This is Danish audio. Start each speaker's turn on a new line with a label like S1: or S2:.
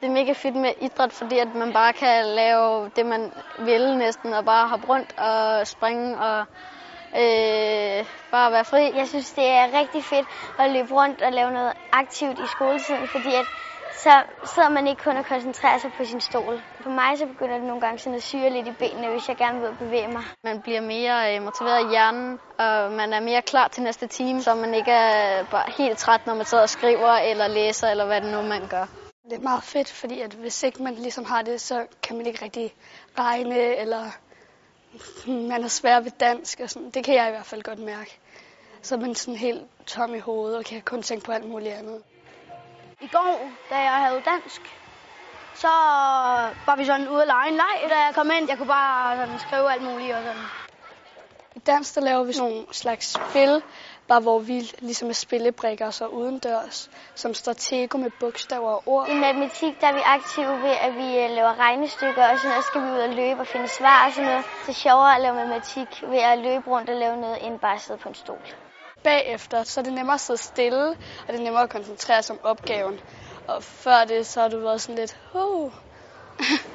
S1: Det er mega fedt med idræt, fordi at man bare kan lave det, man vil næsten, og bare hoppe rundt og springe og bare være fri.
S2: Jeg synes, det er rigtig fedt at løbe rundt og lave noget aktivt i skoletiden, fordi at så sidder man ikke kun og koncentrerer sig på sin stol. For mig så begynder det nogle gange sådan at syre lidt i benene, hvis jeg gerne vil bevæge mig.
S1: Man bliver mere motiveret i hjernen, og man er mere klar til næste time, så man ikke er bare helt træt, når man sidder og skriver eller læser, eller hvad det nu man gør.
S3: Det er meget fedt, fordi at hvis ikke man ligesom har det, så kan man ikke rigtig regne, eller man er svær ved dansk og sådan. Det kan jeg i hvert fald godt mærke. Så er man sådan helt tom i hovedet og kan kun tænke på alt muligt andet.
S4: I går, da jeg havde dansk, så var vi sådan ude at lege en leg. Da jeg kom ind, jeg kunne bare sådan skrive alt muligt og sådan.
S3: I dans, der laver vi sådan nogle slags spil, bare hvor vi ligesom er spillebrikker så udendørs, som Stratego med bogstaver og ord.
S2: I matematik, der er vi aktive ved, at vi laver regnestykker, og sådan noget, skal vi ud og løbe og finde svar og sådan noget. Det er sjovere at lave matematik ved at løbe rundt og lave noget, end bare at sidde på en stol.
S3: Bagefter, så er det nemmere at sidde stille, og det er nemmere at koncentrere sig om opgaven. Og før det, så har du været sådan lidt,